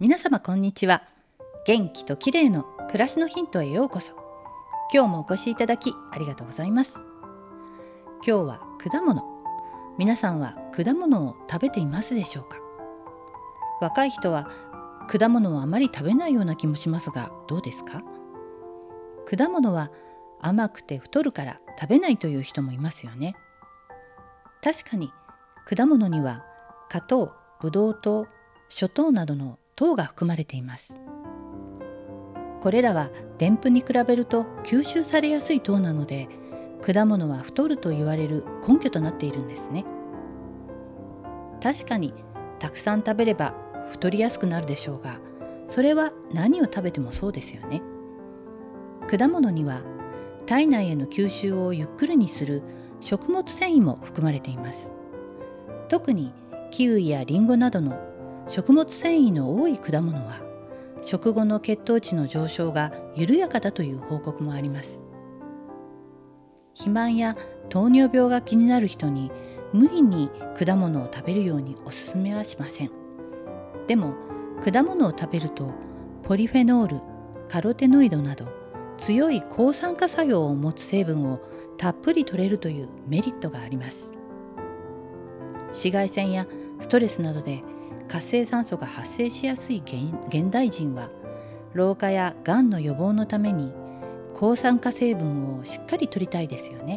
皆様こんにちは。元気と綺麗の暮らしのヒントへようこそ。今日もお越しいただきありがとうございます。今日は果物。皆さんは果物を食べていますでしょうか？若い人は果物をあまり食べないような気もしますが、どうですか？果物は甘くて太るから食べないという人もいますよね。確かに果物には果糖、ブドウ糖、ショ糖などの糖が含まれています。これらはでんぷんに比べると吸収されやすい糖なので、果物は太ると言われる根拠となっているんですね。確かにたくさん食べれば太りやすくなるでしょうが、それは何を食べてもそうですよね。果物には体内への吸収をゆっくりにする食物繊維も含まれています。特にキウイやリンゴなどの食物繊維の多い果物は、食後の血糖値の上昇が緩やかだという報告もあります。肥満や糖尿病が気になる人に無理に果物を食べるようにお勧めはしません。でも果物を食べるとポリフェノール、カロテノイドなど強い抗酸化作用を持つ成分をたっぷり摂れるというメリットがあります。紫外線やストレスなどで活性酸素が発生しやすい現代人は、老化やがんの予防のために抗酸化成分をしっかり摂りたいですよね。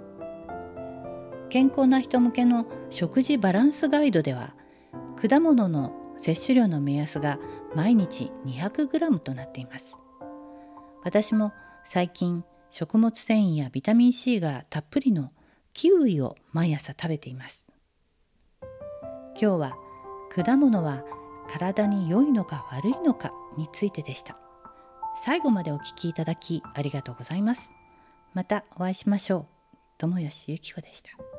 健康な人向けの食事バランスガイドでは、果物の摂取量の目安が毎日 200g となっています。私も最近食物繊維やビタミン C がたっぷりのキウイを毎朝食べています。今日は果物は体に良いのか悪いのかについてでした。最後までお聞きいただきありがとうございます。またお会いしましょう。友吉ゆき子でした。